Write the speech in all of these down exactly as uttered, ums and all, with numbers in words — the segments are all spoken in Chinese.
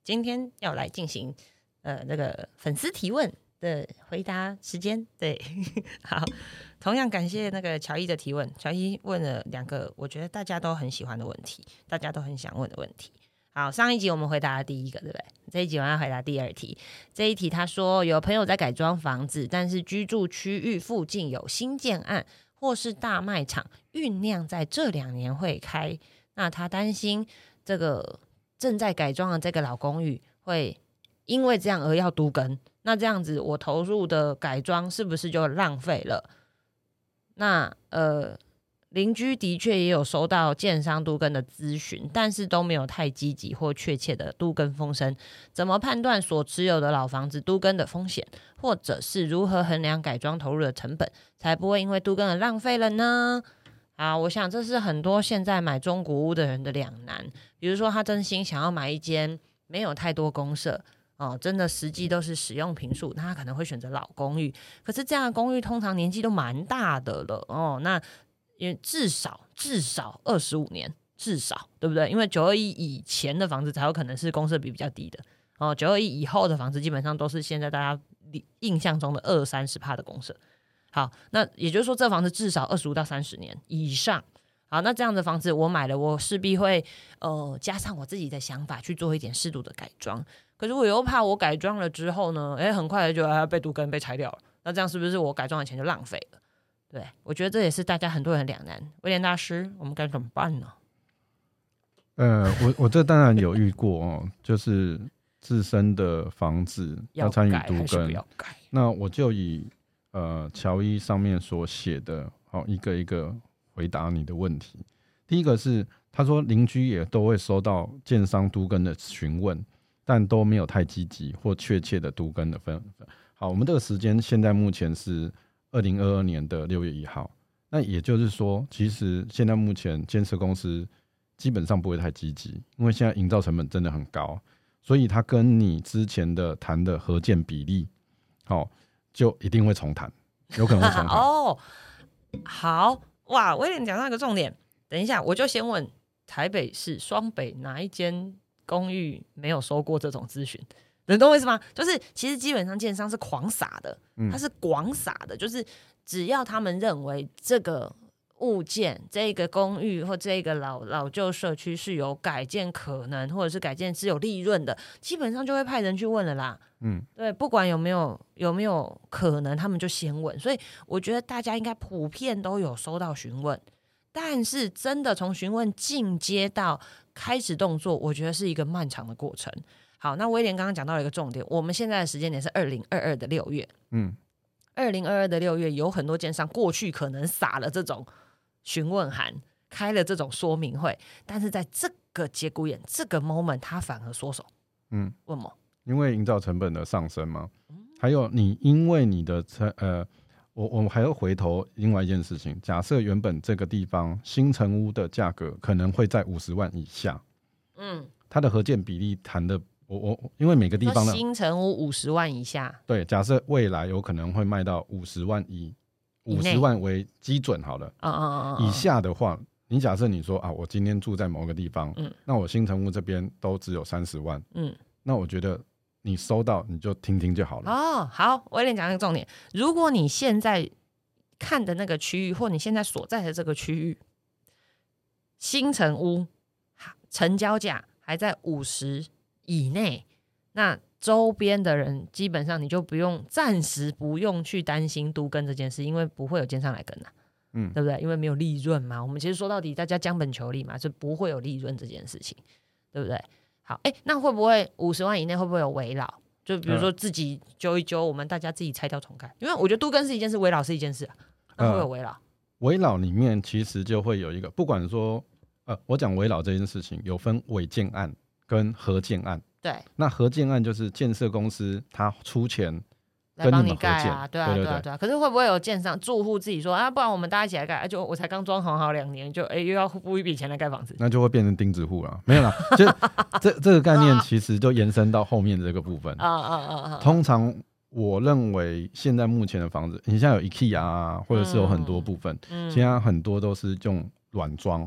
今天要来进行呃那个粉丝提问的回答时间。对，好，同样感谢那个乔伊的提问。乔伊问了两个我觉得大家都很喜欢的问题，大家都很想问的问题。好，上一集我们回答了第一个，对不对？这一集我们要回答第二题。这一题他说，有朋友在改装房子，但是居住区域附近有新建案或是大卖场酝酿在这两年会开，那他担心这个正在改装的这个老公寓会因为这样而要都更，那这样子我投入的改装是不是就浪费了？那呃邻居的确也有收到建商都更的咨询，但是都没有太积极或确切的都更风声。怎么判断所持有的老房子都更的风险，或者是如何衡量改装投入的成本，才不会因为都更而浪费了呢？啊，我想这是很多现在买中古屋的人的两难。比如说他真心想要买一间没有太多公设哦，真的实际都是使用坪数，那他可能会选择老公寓。可是这样的公寓通常年纪都蛮大的了哦，那因为至少至少二十五年，至少对不对？因为九二一以前的房子才有可能是公设比比较低的哦，九二一以后的房子基本上都是现在大家印象中的二三十趴的公设。好，那也就是说这房子至少二十五到三十年以上。好，那这样的房子我买了，我势必会呃加上我自己的想法去做一点适度的改装。可是我又怕我改装了之后呢，哎，很快就要被都更被拆掉了。那这样是不是我改装的钱就浪费了？对，我觉得这也是大家很多人两难。威廉大师，我们该怎么办呢？ 呃，我我这当然有遇过哦，就是自身的房子要参与都更，那我就以呃乔伊上面所写的，好、哦、一个一个回答你的问题。第一个是他说邻居也都会收到建商都更的询问，但都没有太积极或确切的都更的分。好，我们这个时间现在目前是二零二二年的六月一号，那也就是说，其实现在目前建设公司基本上不会太积极，因为现在营造成本真的很高，所以他跟你之前的谈的合建比例，好、哦，就一定会重谈，有可能会重谈。 哦，好哇，威廉讲到一个重点，等一下我就先问台北市双北哪一间公寓没有收过这种咨询？你懂我意思吗？就是其实基本上建商是狂撒的，它是广撒的，就是只要他们认为这个物件、这个公寓或这个老老旧社区是有改建可能，或者是改建是有利润的，基本上就会派人去问了啦。嗯，对，不管有没有有没有可能，他们就先问。所以我觉得大家应该普遍都有收到询问，但是真的从询问进阶到开始动作，我觉得是一个漫长的过程。好，那威廉刚刚讲到了一个重点，我们现在的时间点是二零二二的六月，嗯，二零二二的六月有很多建商过去可能撒了这种询问函，开了这种说明会，但是在这个节骨眼这个 moment 他反而缩手，嗯，为什么？ 因为营造成本的上升嘛，还有你因为你的呃，我我们还要回头另外一件事情，假设原本这个地方新成屋的价格可能会在五十万以下，嗯，它的合建比例谈的。我我因为每个地方的新成屋五十万以下， 对，假设未来有可能会卖到五十万以五十万为基准好了，嗯嗯嗯嗯，以下的话，你假设你说啊，我今天住在某个地方，嗯，那我新成屋这边都只有三十万，嗯，那我觉得你收到你就听听就好了。 哦，好，我跟你讲一个重点，如果你现在看的那个区域，或你现在所在的这个区域，新成屋成交价还在五十。以内，那周边的人基本上你就不用暂时不用去担心都更这件事，因为不会有建商来跟啊，嗯，对不对？因为没有利润嘛。我们其实说到底，大家将本求利嘛，就不会有利润这件事情，对不对？好，哎，那会不会五十万以内会不会有危老？就比如说自己揪一揪，我们大家自己拆掉重盖，因为我觉得都更是一件事，危老是一件事啊。那会不会有危老？ 危老里面其实就会有一个，不管说呃，我讲危老这件事情，有分违建案跟合建案。 对， 那合建案就是建设公司他出钱跟你们合建， 来帮你盖啊，对啊，对啊，对啊，对啊。可是会不会有建商住户自己说啊，不然我们大家一起来盖？啊、就我才刚装潢好两年，就哎又要付一笔钱来盖房子， 那就会变成钉子户了。没有啦，就这这个概念其实就延伸到后面这个部分啊啊啊啊！通常我认为现在目前的房子，你现在有 IKEA 啊，或者是有很多部分，嗯、现在很多都是用软装。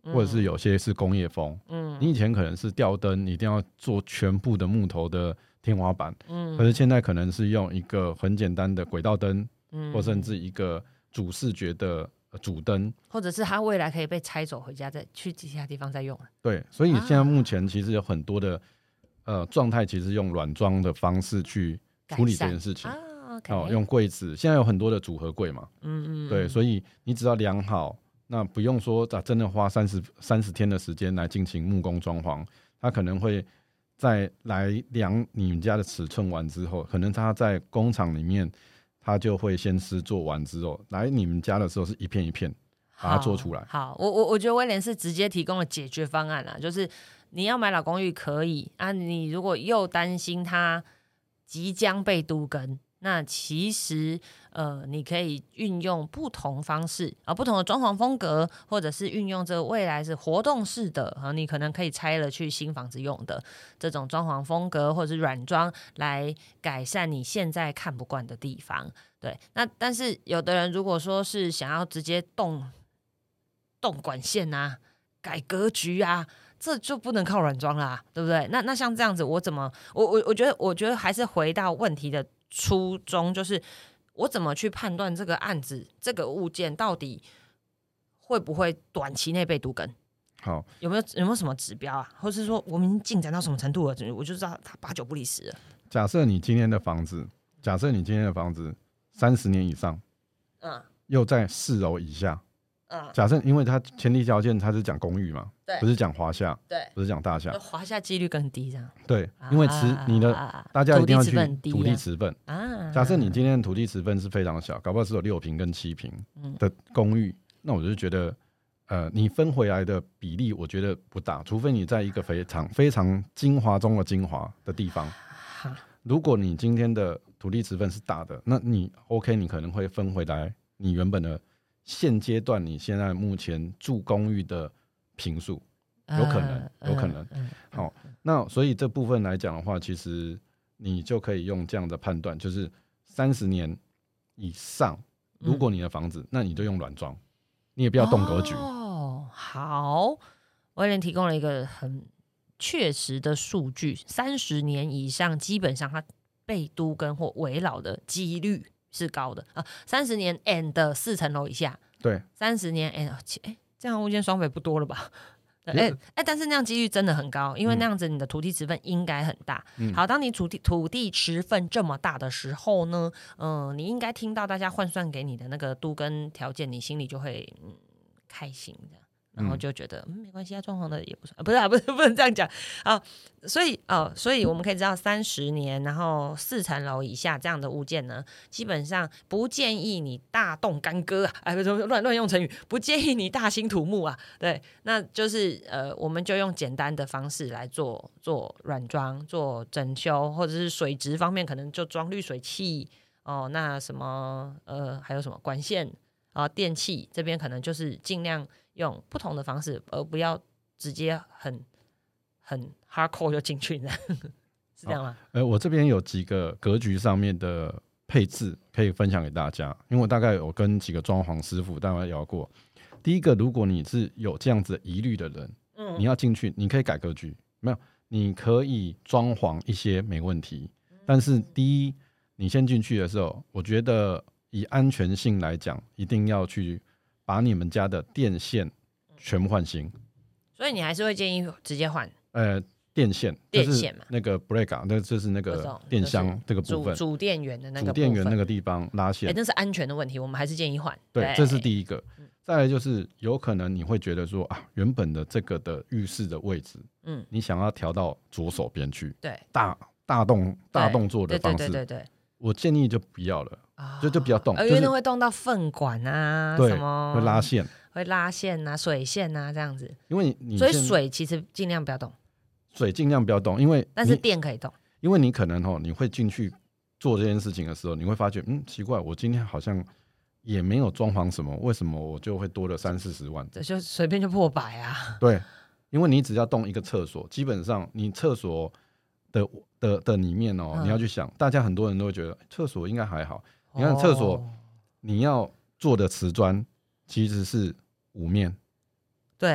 嗯、或者是有些是工业风。嗯，你以前可能是吊灯，你一定要做全部的木头的天花板。嗯，可是现在可能是用一个很简单的轨道灯，嗯，或甚至一个主视觉的主灯， 或者是它未来可以被拆走回家再去其他地方再用。 对，所以现在目前其实有很多的、啊、呃状态，其实用软装的方式去处理这件事情。 Okay. 哦，用柜子，现在有很多的组合柜嘛，嗯嗯，对，所以你只要量好，那不用说啊，真的花三十三十天的时间来进行木工装潢，他可能会在来量你们家的尺寸完之后，可能他在工厂里面，他就会先施作完之后，来你们家的时候是一片一片把它做出来。 好，好我我我觉得威廉是直接提供了解决方案啦，就是你要买老公寓可以啊，你如果又担心它即将被都更。那其实呃，你可以运用不同方式啊，不同的装潢风格，或者是运用这个未来是活动式的啊，你可能可以拆了去新房子用的这种装潢风格，或者是软装来改善你现在看不惯的地方。对，那但是有的人如果说是想要直接动动管线啊，改格局啊。这就不能靠软装啦，对不对？那那像这样子，我怎么我我我觉得我觉得还是回到问题的初衷，就是我怎么去判断这个案子这个物件到底会不会短期内被都更？ 好， 有没有有没有什么指标啊？或是说我们进展到什么程度了，我就知道它八九不离十了。 假设你今天的房子，假设你今天的房子三十年以上，嗯，又在四楼以下。嗯、假设因为它前提条件它是讲公寓嘛，不是讲华夏， 对， 不是讲大厦， 华夏几率更低，这样对，因为持、啊、你的大家一定要去土地持分啊。 假设你今天的土地持分是非常小，搞不好只有六坪跟七坪的公寓，嗯、那我就觉得，呃，你分回来的比例我觉得不大，除非你在一个非常非常精华中的精华的地方。如果你今天的土地持分是大的，那你 OK， 你可能会分回来你原本的。现阶段你现在目前住公寓的坪数有可能有可能、呃呃、好，那所以这部分来讲的话，其实你就可以用这样的判断，就是三十年以上，如果你的房子、嗯、那你就用软装，你也不要动格局。 哦，好，威廉提供了一个很确实的数据，三十年以上基本上它被都更或危老的几率是高的啊，三十年 and 四层楼以下， 对， 三十年 and 哎，这样物件双北不多了吧？哎哎，但是那样几率真的很高，因为那样子你的土地持分应该很大。嗯、好，当你土地土地持分这么大的时候呢，嗯、呃，你应该听到大家换算给你的那个都更条件，你心里就会、嗯、开心的。然后就觉得嗯没关系啊，装潢的也不算，不是啊，不是不能这样讲啊。所以哦，所以我们可以知道，三十年，然后四层楼以下这样的物件呢，基本上不建议你大动干戈啊，哎，乱乱用成语，不建议你大兴土木啊。对，那就是呃，我们就用简单的方式来做做软装、做整修，或者是水质方面，可能就装滤水器哦。那什么呃，还有什么管线啊、电器这边可能就是尽量。用不同的方式，而不要直接很很 hardcore 就进去的，是这样吗？ 呃，我这边有几个格局上面的配置可以分享给大家，因为我大概有跟几个装潢师傅大概聊过。第一个，如果你是有这样子疑虑的人，嗯，你要进去，你可以改格局，没有，你可以装潢一些没问题。但是第一，你先进去的时候，我觉得以安全性来讲，一定要去。把你们家的电线全部换新， 所以你还是会建议直接换？ 呃，电线， 电线嘛， 那个 breaker， 那就是那个电箱这个部分， 主电源的那个主电源那个地方拉线， 欸，那是安全的问题，我们还是建议换。 对，对，这是第一个。再来就是有可能你会觉得说啊，原本的这个的浴室的位置，嗯，你想要调到左手边去， 对， 大大动大动作的方式， 对对对对对，我建议就不要了。就就比较动， 因为那会动到粪管啊， 对， 什么会拉线， 会拉线啊，水线啊这样子。 因为你所以水其实尽量不要动， 水尽量不要动，因为但是电可以动， 因为你可能哦，你会进去做这件事情的时候，你会发觉，嗯，奇怪，我今天好像也没有装潢什么，为什么我就会多了三四十万？ 这就随便就破百啊。 对，因为你只要动一个厕所，基本上你厕所的的的里面哦，嗯、你要去想，大家很多人都会觉得厕所应该还好。你看厕所，你要做的瓷砖其实是五面， 对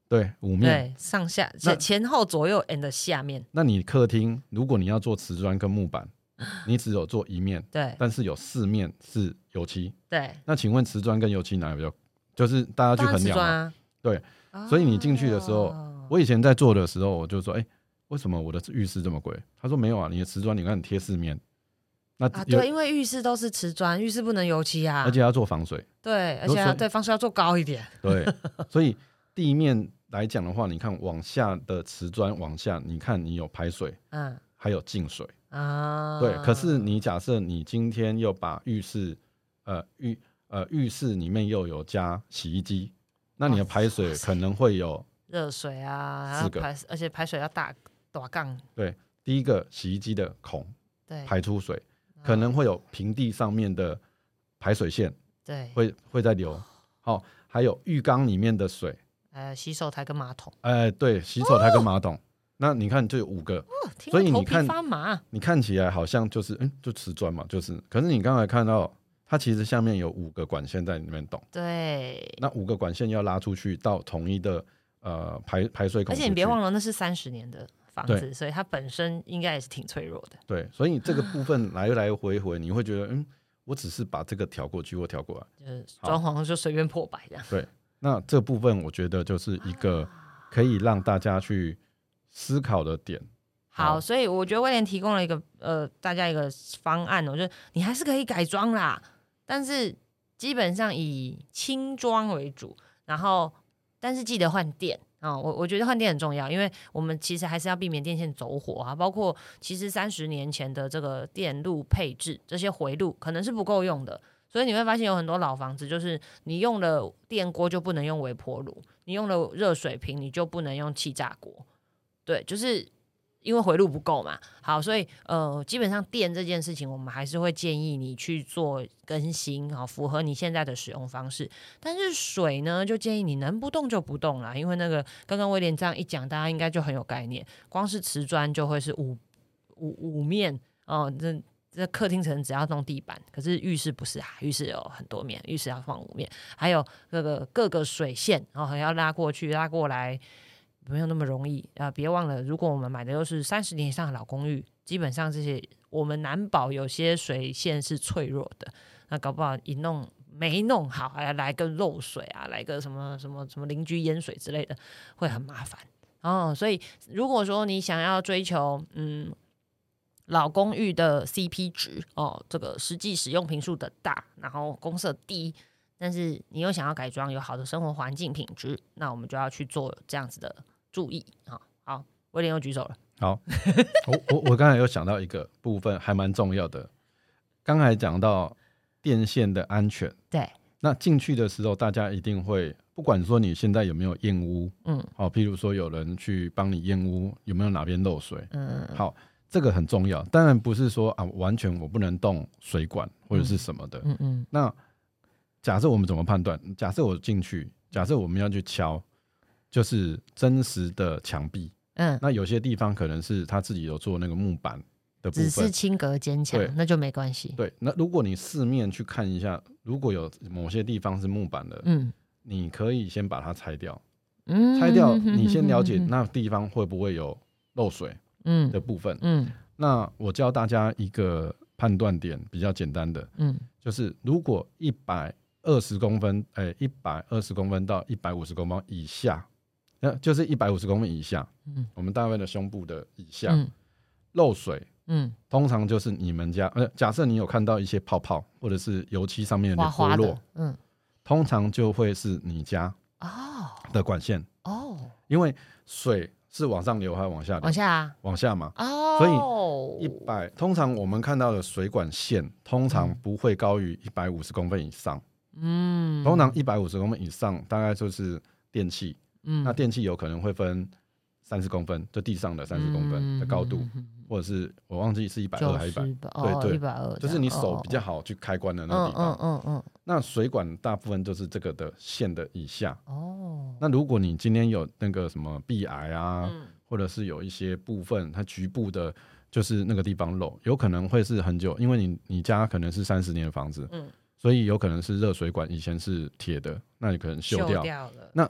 对，五面， 对，上下前后左右 and 下面。 那你客厅如果你要做瓷砖跟木板，你只有做一面， 对， 但是有四面是油漆， 对。 那请问瓷砖跟油漆哪个比较？就是大家去衡量嘛。啊、对、哦，所以你进去的时候，我以前在做的时候，我就说，哎、欸，为什么我的浴室这么贵？他说没有啊，你的瓷砖你看你贴四面。那啊，对，因为浴室都是瓷砖，浴室不能油漆啊， 而且要做防水。 对，而且要对防水要做高一点。 对，所以地面来讲的话，你看往下的瓷砖往下，你看你有排水，嗯，还有进水啊。对，可是你假设你今天又把浴室，呃浴呃浴室里面又有加洗衣机，那你的排水可能会有热水啊，四个，而且排水要大大杠。 对，第一个洗衣机的孔， 对， 排出水。可能会有平地上面的排水线， 对，会会在流。好、哦，还有浴缸里面的水， 呃，洗手台跟马桶， 哎、呃，对，洗手台跟马桶。哦、那你看就有五个， 哦、 所以你看， 发麻你看起来好像就是嗯，就瓷砖嘛，就是。可是你刚才看到，它其实下面有五个管线在里面动。 对， 那五个管线要拉出去到统一的呃排排水孔。 而且你别忘了，那是三十年的房子，所以它本身应该也是挺脆弱的。 对，所以这个部分来来回回，你会觉得，嗯，我只是把这个调过去或调过来， 就是装潢就随便破百这样。 对，那这部分我觉得就是一个可以让大家去思考的点。 好，所以我觉得威廉提供了一个呃大家一个方案，我觉得你还是可以改装啦，但是基本上以轻装为主，然后但是记得换电。哦、我我觉得换电很重要，因为我们其实还是要避免电线走火啊。包括其实三十年前的这个电路配置，这些回路可能是不够用的，所以你会发现有很多老房子，就是你用了电锅就不能用微波炉，你用了热水瓶你就不能用气炸锅，对，就是因为回路不够嘛。好，所以呃，基本上电这件事情，我们还是会建议你去做更新，好，符合你现在的使用方式。但是水呢，就建议你能不动就不动啦，因为那个刚刚威廉这样一讲，大家应该就很有概念。光是瓷砖就会是五五五面哦，这这客厅层只要弄地板，可是浴室不是啊，浴室有很多面，浴室要放五面，还有各个各个水线，然后要拉过去拉过来。没有那么容易啊！别忘了，如果我们买的又是三十年以上的老公寓，基本上这些我们难保有些水线是脆弱的，那搞不好一弄没弄好，还来个漏水啊，来个什么什么什么邻居淹水之类的，会很麻烦哦。所以如果说你想要追求嗯老公寓的 C P 值哦，这个实际使用坪数的大，然后公设低。但是你又想要改装有好的生活环境品质，那我们就要去做这样子的注意。好，好，威廉又举手了。 好，我我我刚才有想到一个部分还蛮重要的，刚才讲到电线的安全。 对， 那进去的时候，大家一定会，不管说你现在有没有验屋，嗯，好，譬如说有人去帮你验屋，有没有哪边漏水，嗯，好，这个很重要。当然不是说啊，完全我不能动水管或者是什么的，嗯 嗯, 嗯，那。假设我们怎么判断？假设我进去，假设我们要去敲，就是真实的墙壁。嗯，那有些地方可能是他自己有做那个木板的部分， 只是轻隔坚强，那就没关系。 对，那如果你四面去看一下，如果有某些地方是木板的，嗯，你可以先把它拆掉。嗯，拆掉，你先了解那地方会不会有漏水，嗯的部分。嗯，嗯那我教大家一个判断点，比较简单的，嗯，就是如果一百。二十公分，哎，一百二十公分到一百五十公分以下，那就是一百五十公分以下，嗯，我们大卫的胸部的以下，嗯，漏水，嗯，通常就是你们家，呃，假设你有看到一些泡泡或者是油漆上面的脱落，嗯，通常就会是你家哦的管线哦，因为水是往上流还是往下流？ 往下、啊， 往下嘛，哦，所以一百，通常我们看到的水管线通常不会高于一百五十公分以上。嗯，通常一百五十公分以上，大概就是电器。嗯，那电器有可能会分三十公分，就地上的三十公分的高度，嗯、或者是我忘记是一百二还是一百，对对， 一百二， 就是你手比较好去开关的那个地方。嗯嗯 嗯, 嗯。那水管大部分就是这个的线的以下。哦。那如果你今天有那个什么壁癌啊，嗯、或者是有一些部分它局部的，就是那个地方漏，有可能会是很久，因为你你家可能是三十年的房子。嗯。所以有可能是热水管以前是铁的，那你可能锈掉。 锈掉了。 那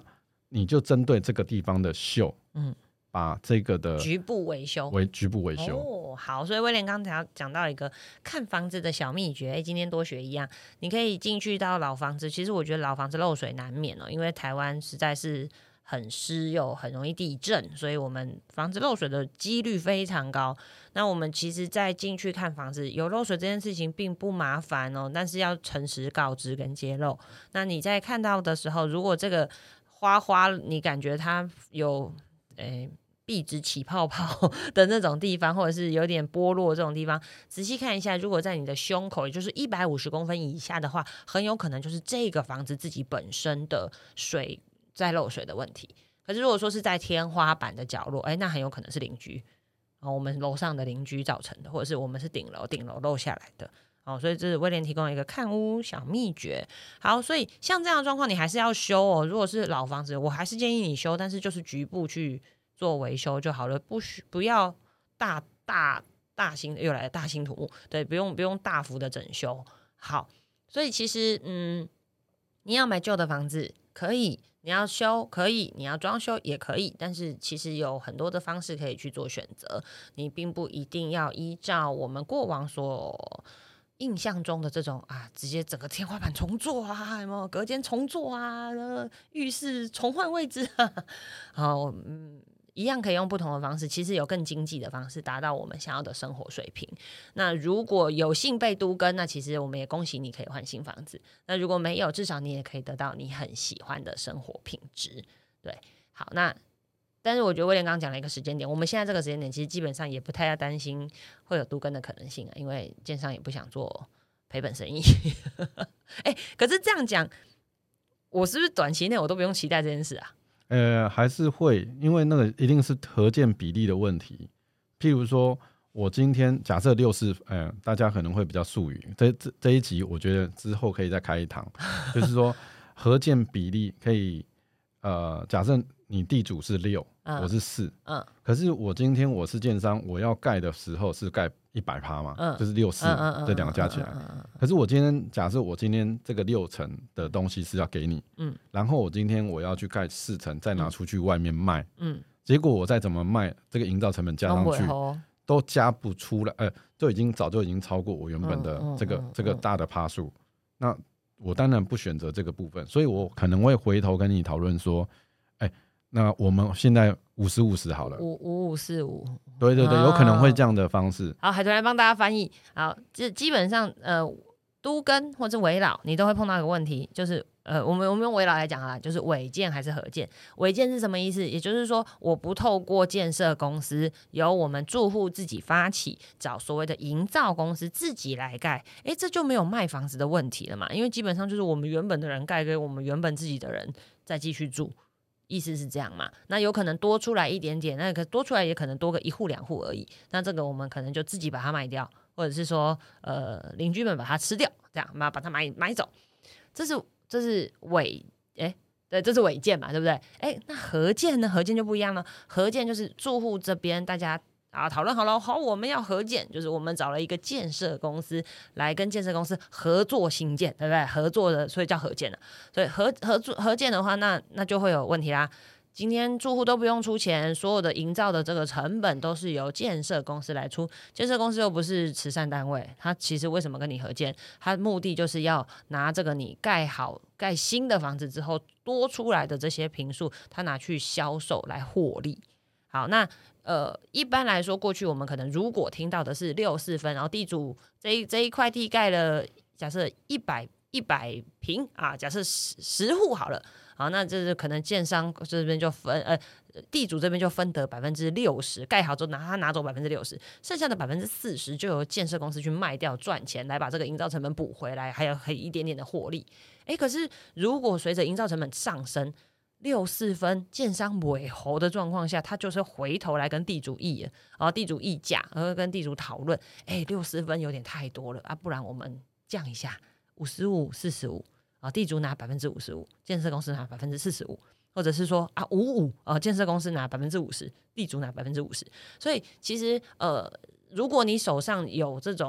你就针对这个地方的秀，嗯，把这个的局部维修为局部维修。 哦，好，所以威廉刚才讲到一个看房子的小秘诀，哎，今天多学一样。你可以进去到老房子，其实我觉得老房子漏水难免哦，因为台湾实在是很湿又很容易地震，所以我们房子漏水的几率非常高。那我们其实在进去看房子，有漏水这件事情并不麻烦哦，但是要诚实告知跟揭露。那你在看到的时候，如果这个花花你感觉它有诶壁纸起泡泡的那种地方，或者是有点剥落这种地方，仔细看一下，如果在你的胸口也就是一百五十公分以下的话，很有可能就是这个房子自己本身的水在漏水的问题。可是如果说是在天花板的角落，哎，那很有可能是邻居、哦、我们楼上的邻居造成的，或者是我们是顶楼顶楼漏下来的。哦，所以这是威廉提供了一个看屋小秘诀。好，所以像这样的状况你还是要修哦。如果是老房子，我还是建议你修，但是就是局部去做维修就好了，不需不要大大大型又来了大型土木，对，不用不用大幅的整修。好，所以其实嗯，你要买旧的房子可以，你要修可以，你要装修也可以，但是其实有很多的方式可以去做选择，你并不一定要依照我们过往所印象中的这种啊，直接整个天花板重做啊，有没有隔间重做啊，浴室重换位置啊，好，嗯，一样可以用不同的方式，其实有更经济的方式达到我们想要的生活水平。那如果有幸被都更，那其实我们也恭喜你可以换新房子。那如果没有，至少你也可以得到你很喜欢的生活品质。对，好，那但是我觉得威廉刚刚讲了一个时间点，我们现在这个时间点其实基本上也不太要担心会有都更的可能性啊，因为建商也不想做赔本生意。哎，可是这样讲，我是不是短期内我都不用期待这件事啊？ 呃，还是会，因为那个一定是合建比例的问题。譬如说，我今天假设六四，呃，大家可能会比较术语，这这这一集我觉得之后可以再开一堂，就是说合建比例可以，呃，假设你地主是六、嗯，我是四，嗯，可是我今天我是建商，我要盖的时候是盖一百趴嘛，嗯，就是六四这两个加起来、嗯嗯嗯嗯嗯。可是我今天假设我今天这个六层的东西是要给你，嗯，然后我今天我要去盖四层，再拿出去外面卖，嗯，结果我再怎么卖，这个营造成本加上去都加不出来，呃，就已经早就已经超过我原本的这个、嗯嗯嗯、这个大的趴数，那我当然不选择这个部分，所以我可能会回头跟你讨论说，哎。那我们现在五十五十好了， 五五五四五， 对对对、哦，有可能会这样的方式。 好，海豚来帮大家翻译。好，这基本上呃，都更或者危老，你都会碰到一个问题，就是呃，我们我们用危老来讲啊，就是违建还是合建？违建是什么意思？也就是说，我不透过建设公司，由我们住户自己发起，找所谓的营造公司自己来盖，哎，这就没有卖房子的问题了嘛？因为基本上就是我们原本的人盖给我们原本自己的人再继续住。意思是这样嘛？那有可能多出来一点点，那个多出来也可能多个一户两户而已。那这个我们可能就自己把它卖掉，或者是说，呃，邻居们把它吃掉，这样把把它买买走。这是这是违，哎，对，这是违建嘛，对不对？哎，那合建呢？合建就不一样了。合建就是住户这边大家。啊，讨论好了，好，我们要合建，就是我们找了一个建设公司来跟建设公司合作兴建，对不对？合作的，所以叫合建了。所以合合作合建的话，那那就会有问题啦。今天住户都不用出钱，所有的营造的这个成本都是由建设公司来出。建设公司又不是慈善单位，它其实为什么跟你合建？它目的就是要拿这个你盖好盖新的房子之后多出来的这些坪数，它拿去销售来获利。好，那呃，一般来说，过去我们可能如果听到的是六四分，然后地主这一这一块地盖了，假设一百一百坪啊，假设十十户好了，好，那这是可能建商这边就分呃，地主这边就分得百分之六十，盖好之后拿他拿走百分之六十，剩下的百分之四十就由建设公司去卖掉赚钱，来把这个营造成本补回来，还有还有一点点的获利。哎，可是如果随着营造成本上升，六四分建商尾猴的状况下，他就是回头来跟地主议，然后地主议价，然后跟地主讨论，哎，六四分有点太多了啊，不然我们降一下，五十五、四十五啊，地主拿百分之五十五，建设公司拿百分之四十五，或者是说啊五五啊，建设公司拿百分之五十，地主拿百分之五十。所以其实呃，如果你手上有这种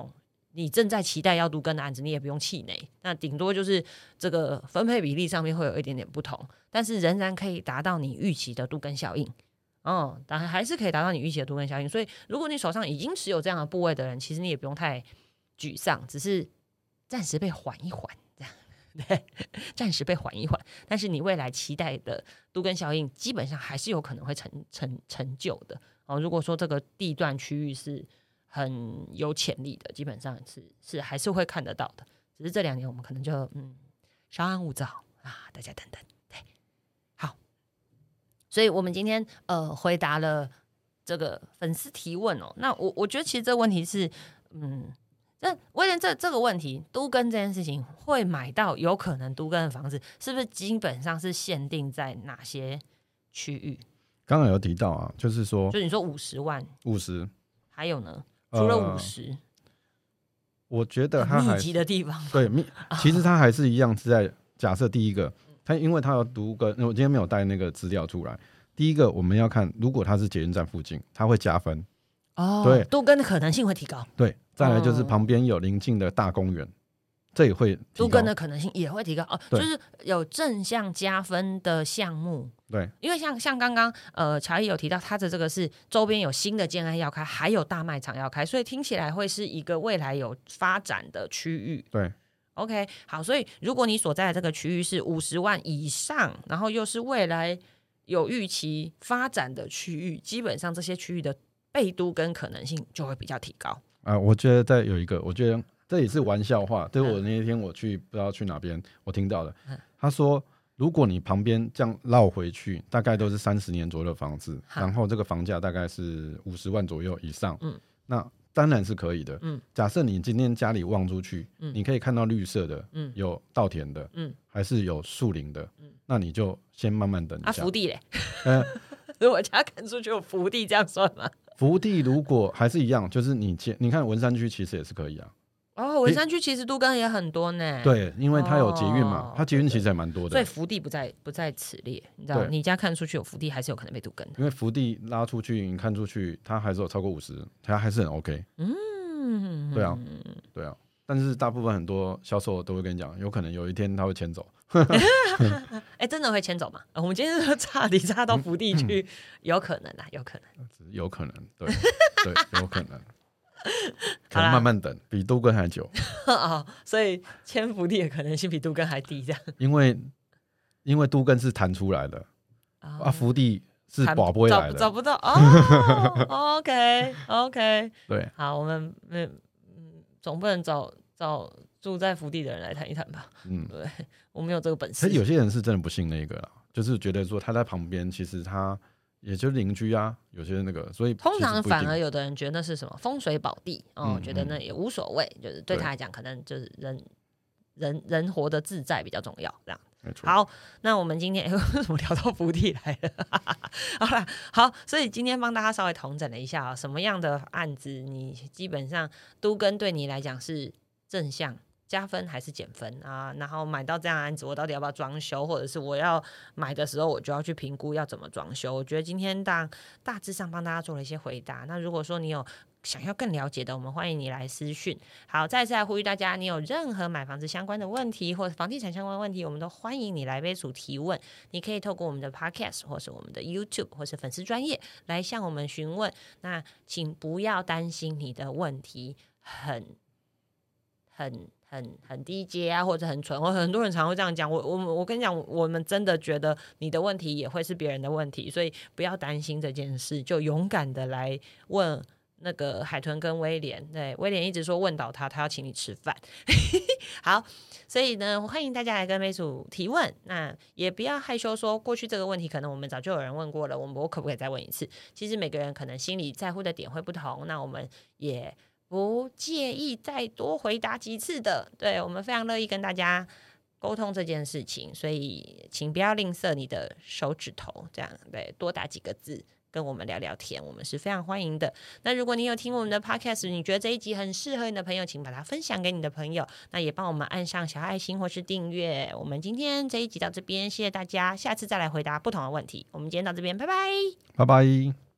你正在期待要都更的案子，你也不用气馁，那顶多就是这个分配比例上面会有一点点不同，但是仍然可以达到你预期的都更效应。哦，当然还是可以达到你预期的都更效应。所以如果你手上已经持有这样的部位的人，其实你也不用太沮丧，只是暂时被缓一缓，这样对，暂时被缓一缓。但是你未来期待的都更效应，基本上还是有可能会成成成就的。哦，如果说这个地段区域是很有潜力的，基本上是是还是会看得到的。只是这两年我们可能就嗯稍安勿躁啊，大家等等。对，好，所以我们今天呃回答了这个粉丝提问哦。那我我觉得其实这个问题是嗯。那威廉这这个问题，都更这件事情会买到有可能都更的房子，是不是基本上是限定在哪些区域？ 刚刚有提到啊，就是说， 就你说五十万， 五十， 还有呢？除了五十、呃， 我觉得它还密集的地方， 对密，其实它还是一样是在假设第一个，它因为它要都更，我今天没有带那个资料出来。第一个我们要看，如果它是捷运站附近，它会加分。 哦，对，都更的可能性会提高。 对，再来就是旁边有邻近的大公园，这也会提高， 都更的可能性也会提高哦。就是有正向加分的项目。 对， 因为像像刚刚呃乔伊有提到，他的这个是周边有新的建案要开，还有大卖场要开，所以听起来会是一个未来有发展的区域。 对 ，OK， 好，所以如果你所在的这个区域是五十万以上，然后又是未来有预期发展的区域，基本上这些区域的被都更可能性就会比较提高啊、呃。我觉得再有一个，我觉得这也是玩笑话。就是我那一天我去不知道去哪边，我听到的，嗯、他说，如果你旁边这样绕回去，大概都是三十年左右的房子，然后这个房价大概是五十万左右以上，嗯，那当然是可以的。嗯，假设你今天家里望出去，嗯，你可以看到绿色的，嗯，有稻田的，嗯，还是有树林的，嗯，那你就先慢慢等一下。 啊，福地嘞？呃我家看出去有福地，这样算吗？ 福地如果还是一样，就是你你看文山区其实也是可以啊。 哦，文山区其实都更也很多呢。 对，因为它有捷运嘛，哦、它捷运其实也蛮多的， 所以福地不在不在此列。你知道，你家看出去有福地，还是有可能被都更的。 因为福地拉出去，你看出去，它还是有超过五十，它还是很 OK。嗯，对啊，对啊。但是大部分很多销售都会跟你讲，有可能有一天他会迁走。 哎、欸，真的会迁走吗？我们今天就差你差到福地去，嗯、有可能啊，有可能， 有可能，对对，有可能，可能慢慢等，比都更还久。 哦，所以迁福地的可能性比都更还低，这样。 因为因为都更是弹出来的，哦、啊，福地是保不回来的， 找不到哦。OK OK， 对， 好，我们嗯总不能找找住在福地的人来谈一谈吧？嗯，对，我没有这个本事。 有些人是真的不信那个啦，就是觉得说他在旁边，其实他也就是邻居啊，有些那个，所以通常反而有的人觉得那是什么风水宝地哦，嗯、觉得那也无所谓，就是对他来讲，可能就是人人人活得自在比较重要，这样。好，那我们今天为什么聊到福地来了？好啦，好，所以今天帮大家稍微统整了一下、哦、什么样的案子你基本上都跟对你来讲是正向加分还是减分啊？然后买到这样的案子，我到底要不要装修，或者是我要买的时候我就要去评估要怎么装修？我觉得今天大大致上帮大家做了一些回答。那如果说你有想要更了解的，我们欢迎你来私讯。好，再次来呼吁大家，你有任何买房子相关的问题或者房地产相关的问题，我们都欢迎你来杯鼠提问。你可以透过我们的 Podcast 或是我们的 YouTube 或是粉丝专页来向我们询问。那请不要担心你的问题很很很很低阶啊，或者很蠢，或很多人常会这样讲。我我我跟你讲，我们真的觉得你的问题也会是别人的问题，所以不要担心这件事，就勇敢的来问。那个海豚跟威廉，对，威廉一直说问倒他，他要请你吃饭。好，所以呢，欢迎大家来跟梅鼠提问。那也不要害羞说过去这个问题可能我们早就有人问过了，我们我可不可以再问一次？其实每个人可能心里在乎的点会不同，那我们也不介意再多回答几次的。对，我们非常乐意跟大家沟通这件事情，所以请不要吝啬你的手指头，这样对，多打几个字。跟我们聊聊天，我们是非常欢迎的。那如果你有听我们的 podcast， 你觉得这一集很适合你的朋友，请把它分享给你的朋友，那也帮我们按上小爱心或是订阅。我们今天这一集到这边，谢谢大家，下次再来回答不同的问题。我们今天到这边，拜拜， 拜拜。